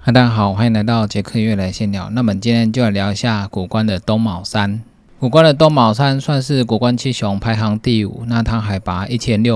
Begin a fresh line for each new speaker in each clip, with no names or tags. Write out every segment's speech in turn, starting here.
大家好，欢迎来到杰克越来闲聊。那么今天就来聊一下古关的东卯山。古关的东卯山算是古关七雄排行第5，那它海拔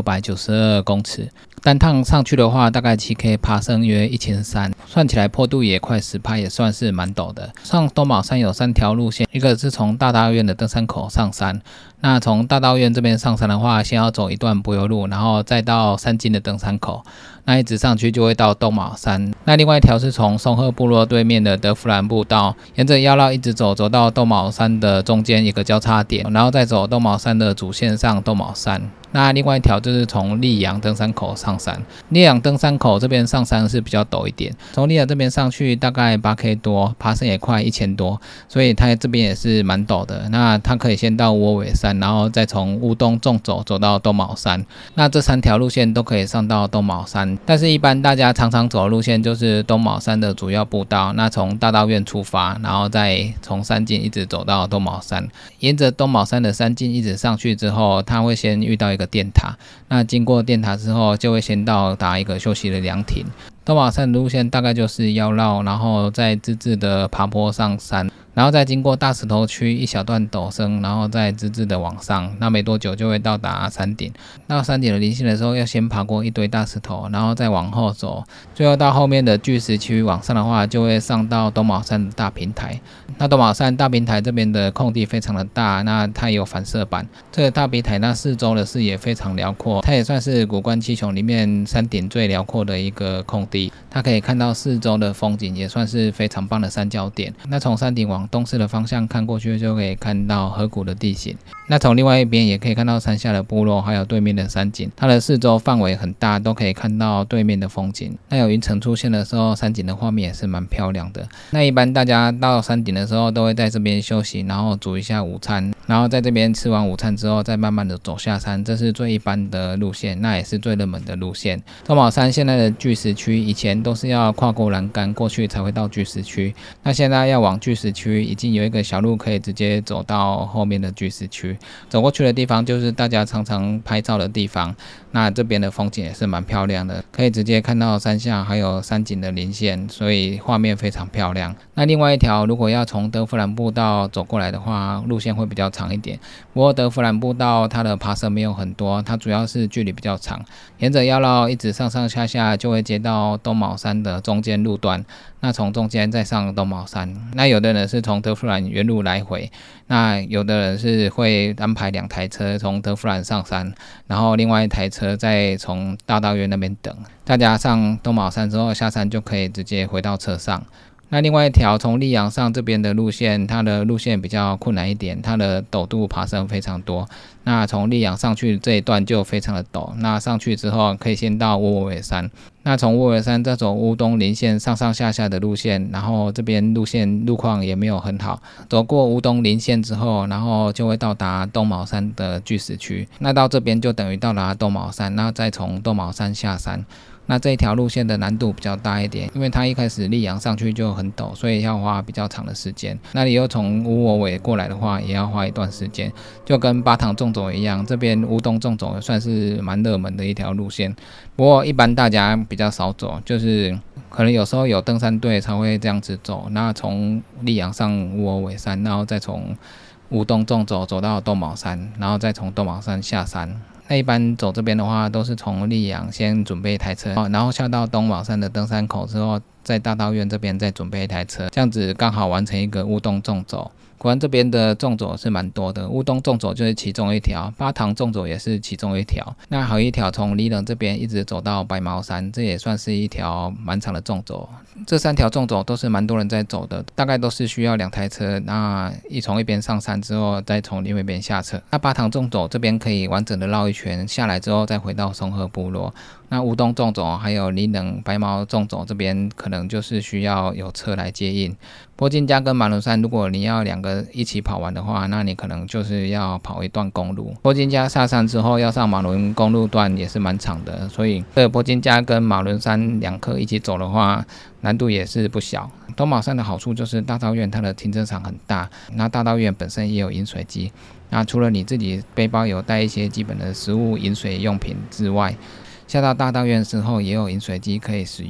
1692公尺，单趟上去的话大概7K， 爬升约1300，算起来坡度也快10%，也算是蛮陡的。上东卯山有3条路线，一个是从大道院的登山口上山，那从大道院这边上山的话，先要走一段柏油路，然后再到山径的登山口，那一直上去就会到东卯山。那另外一条是从松鹤部落对面的德芙兰步道，沿着腰绕一直走到东卯山的中间一个交叉点，然后再走东卯山的主线上东卯山。那另外一条就是从溧阳登山口上山，溧阳登山口这边上山是比较陡一点，从溧阳这边上去大概8K 多，爬升也快1000多，所以它这边也是蛮陡的。那它可以先到窝尾山，然后再从乌东纵走到东卯山。那这3条路线都可以上到东卯山，但是一般大家常常走的路线就是东卯山的主要步道，那从大道院出发，然后再从山径一直走到东卯山。沿着东卯山的山径一直上去之后，它会先遇到一个电塔，那经过电塔之后就会先到达一个休息的凉亭。东卯山的路线大概就是腰绕，然后再直直的爬坡上山，然后再经过大石头区一小段陡升，然后再直直的往上，那没多久就会到达山顶。到山顶的临线的时候，要先爬过一堆大石头，然后再往后走，最后到后面的巨石区往上的话，就会上到东卯山的大平台。那东卯山大平台这边的空地非常的大，那它有反射板，这个大平台那四周的视野非常辽阔，它也算是古关七雄里面山顶最辽阔的一个空地。它可以看到四周的风景，也算是非常棒的三角点。那从山顶往东势的方向看过去，就可以看到河谷的地形。那从另外一边也可以看到山下的部落，还有对面的山景。它的四周范围很大，都可以看到对面的风景。那有云层出现的时候，山景的画面也是蛮漂亮的。那一般大家到山顶的时候，都会在这边休息，然后煮一下午餐，然后在这边吃完午餐之后，再慢慢的走下山。这是最一般的路线，那也是最热门的路线。东卯山现在的巨石区，以前都是要跨过栏杆过去才会到巨石区，那现在要往巨石区，已经有一个小路可以直接走到后面的巨石区。走过去的地方就是大家常常拍照的地方，那这边的风景也是蛮漂亮的，可以直接看到山下还有山景的连线，所以画面非常漂亮。那另外一条如果要从德芙兰步道走过来的话，路线会比较长一点，不过德芙兰步道它的爬升没有很多，它主要是距离比较长，沿着腰绕一直上上下下就会接到东卯山的中间路段，那从中间再上东卯山。那有的人是从德芙兰原路来回，那有的人是会安排2台车从德芙兰上山，然后另外一台车再从大道院那边等。大家上东卯山之后下山就可以直接回到车上。那另外一条从溧阳上这边的路线，它的路线比较困难一点，它的陡度爬升非常多。那从溧阳上去这一段就非常的陡，那上去之后可以先到窝尾山，那从窝尾山再走乌东林线上上下下的路线，然后这边路况也没有很好，走过乌东林线之后，然后就会到达东卯山的巨石区，那到这边就等于到达东卯山，然后再从东卯山下山。那这一条路线的难度比较大一点，因为它一开始溧阳上去就很陡，所以要花比较长的时间。那你又从乌窝尾过来的话，也要花一段时间，就跟巴塘纵走一样，这边乌东纵走也算是蛮热门的一条路线。不过一般大家比较少走，就是可能有时候有登山队才会这样子走。那从溧阳上乌窝尾山，然后再从乌东纵走到东卯山，然后再从东卯山下山。那一般走这边的话，都是从溧阳先准备一台车，然后下到东卯山的登山口之后，在大道院这边再准备一台车，这样子刚好完成一个乌东纵走。果然这边的纵走是蛮多的，乌东纵走就是其中一条，巴塘纵走也是其中一条，那还有一条从离冷这边一直走到白毛山，这也算是一条蛮长的纵走。这3条纵走都是蛮多人在走的，大概都是需要2台车，那从一边上山之后再从另外一边下车。那巴塘纵走这边可以完整的绕一圈，下来之后再回到松鹤部落。那乌东纵走还有离冷白毛纵走这边可能就是需要有车来接应。波金家跟马伦山如果你要2个一起跑完的话，那你可能就是要跑一段公路。波金家下山之后要上马伦公路段也是蛮长的，所以这波金家跟马伦山2颗一起走的话，难度也是不小。东卯山的好处就是大道院它的停车场很大，那大道院本身也有饮水机，那除了你自己背包有带一些基本的食物饮水用品之外，下到大道院之后也有饮水机可以使用。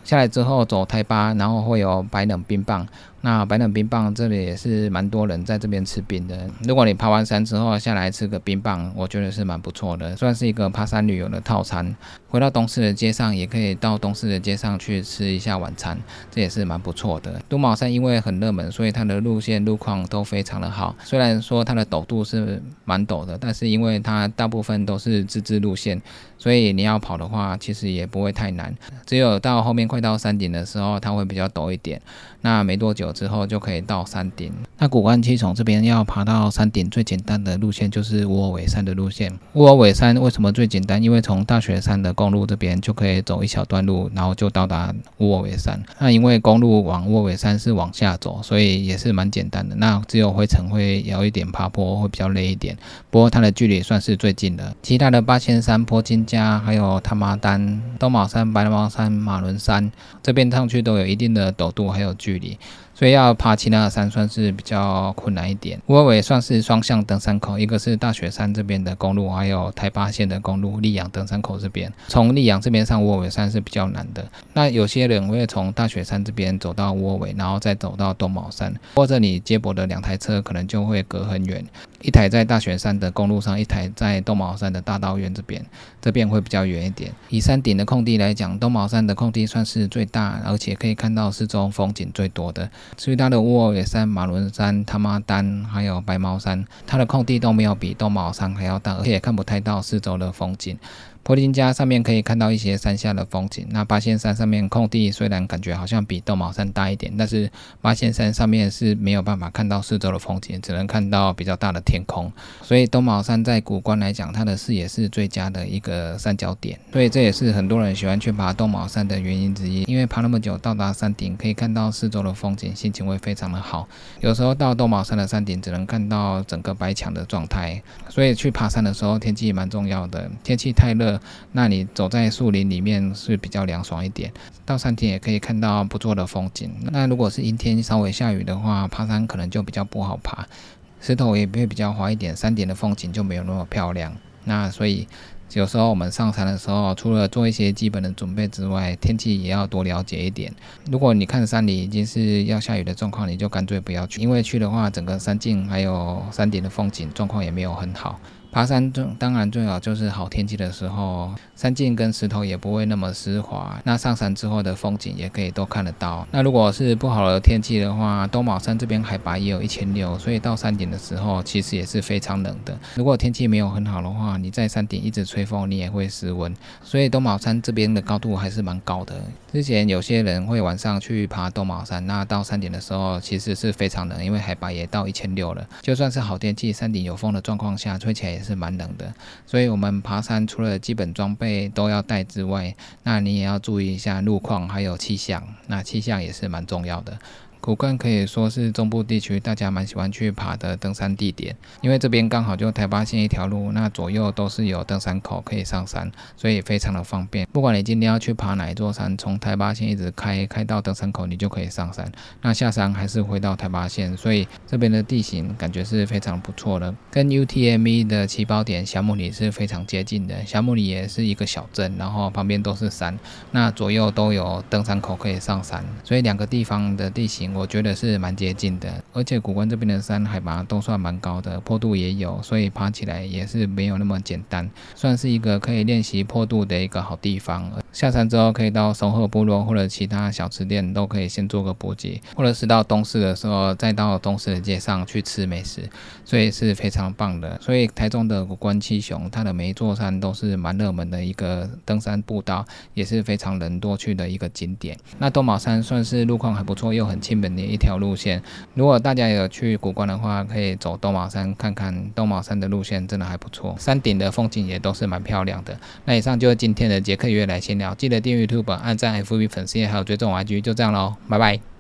下来之后走台八，然后会有白冷冰棒。那白冷冰棒这里也是蛮多人在这边吃冰的。如果你爬完山之后下来吃个冰棒，我觉得是蛮不错的，算是一个爬山旅游的套餐。回到东势的街上，也可以到东势的街上去吃一下晚餐，这也是蛮不错的。多卯山因为很热门，所以它的路线路况都非常的好。虽然说它的陡度是蛮陡的，但是因为它大部分都是自制路线，所以你要跑的话其实也不会太难。只有到后面快到山顶的时候，它会比较陡一点。那没多久之后就可以到山顶。那古关七重这边要爬到山顶最简单的路线就是乌偶尾山的路线。乌偶尾山为什么最简单？因为从大雪山的公路这边就可以走一小段路，然后就到达乌偶尾山。那因为公路往乌偶尾山是往下走，所以也是蛮简单的。那只有回程会有一点爬坡，会比较累一点。不过它的距离算是最近的。其他的八仙山、坡金家还有他妈丹、东卯山、白毛山、马仑山这边上去都有一定的陡度还有距离，所以要爬其他的山算是比较困难一点。乌尔尾算是双向登山口，一个是大雪山这边的公路，还有台八线的公路溧阳登山口这边。从溧阳这边上乌尔尾山是比较难的。那有些人会从大雪山这边走到乌尔尾，然后再走到东卯山，或者你接驳的2台车可能就会隔很远，一台在大雪山的公路上，一台在东卯山的大道院这边会比较远一点。以山顶的空地来讲，东卯山的空地算是最大，而且可以看到四周风景最多的。至于它的乌偶尾山、马仑山、他妈丹还有白毛山，它的空地都没有比东卯山还要大，而且也看不太到四周的风景。坡金家上面可以看到一些山下的风景。那八仙山上面空地虽然感觉好像比东卯山大一点，但是八仙山上面是没有办法看到四周的风景，只能看到比较大的天空。所以东卯山在古关来讲，它的视野是最佳的一个山脚点。所以这也是很多人喜欢去爬东卯山的原因之一，因为爬那么久到达山顶，可以看到四周的风景，心情会非常的好。有时候到东卯山的山顶只能看到整个白墙的状态，所以去爬山的时候天气蛮重要的。天气太热，那你走在树林里面是比较凉爽一点，到山顶也可以看到不错的风景。那如果是阴天稍微下雨的话，爬山可能就比较不好爬，石头也会比较滑一点，山顶的风景就没有那么漂亮。那所以有时候我们上山的时候，除了做一些基本的准备之外，天气也要多了解一点。如果你看山里已经是要下雨的状况，你就干脆不要去，因为去的话整个山径还有山顶的风景状况也没有很好。爬山当然最好就是好天气的时候，山径跟石头也不会那么湿滑，那上山之后的风景也可以都看得到。那如果是不好的天气的话，东卯山这边海拔也有1600，所以到山顶的时候其实也是非常冷的。如果天气没有很好的话，你在山顶一直吹风，你也会失温。所以东卯山这边的高度还是蛮高的。之前有些人会晚上去爬东卯山，那到山顶的时候其实是非常冷，因为海拔也到1600了。就算是好天气，山顶有风的状况下，吹起来也是蛮冷的。所以我们爬山除了基本装备都要带之外，那你也要注意一下路况还有气象，那气象也是蛮重要的。古关可以说是中部地区大家蛮喜欢去爬的登山地点，因为这边刚好就台八线一条路，那左右都是有登山口可以上山，所以非常的方便。不管你今天要去爬哪一座山，从台八线一直开到登山口，你就可以上山。那下山还是回到台八线，所以这边的地形感觉是非常不错的，跟 UTME 的起跑点小木里是非常接近的。小木里也是一个小镇，然后旁边都是山，那左右都有登山口可以上山，所以两个地方的地形我觉得是蛮接近的。而且古关这边的山海拔都算蛮高的，坡度也有，所以爬起来也是没有那么简单，算是一个可以练习坡度的一个好地方。下山之后可以到松鹤部落或者其他小吃店都可以先做个补给，或者是到东势的时候再到东势的街上去吃美食，所以是非常棒的。所以台中的古关七雄，它的每一座山都是蛮热门的一个登山步道，也是非常人多去的一个景点。那东卯山算是路况还不错又很亲民的一条路线，如果大家有去古关的话，可以走东卯山看看，东卯山的路线真的还不错，山顶的风景也都是蛮漂亮的。那以上就是今天的杰克约来闲聊，记得订阅 YouTube、按赞 FB 粉丝页还有追踪我 IG，就这样咯，拜拜。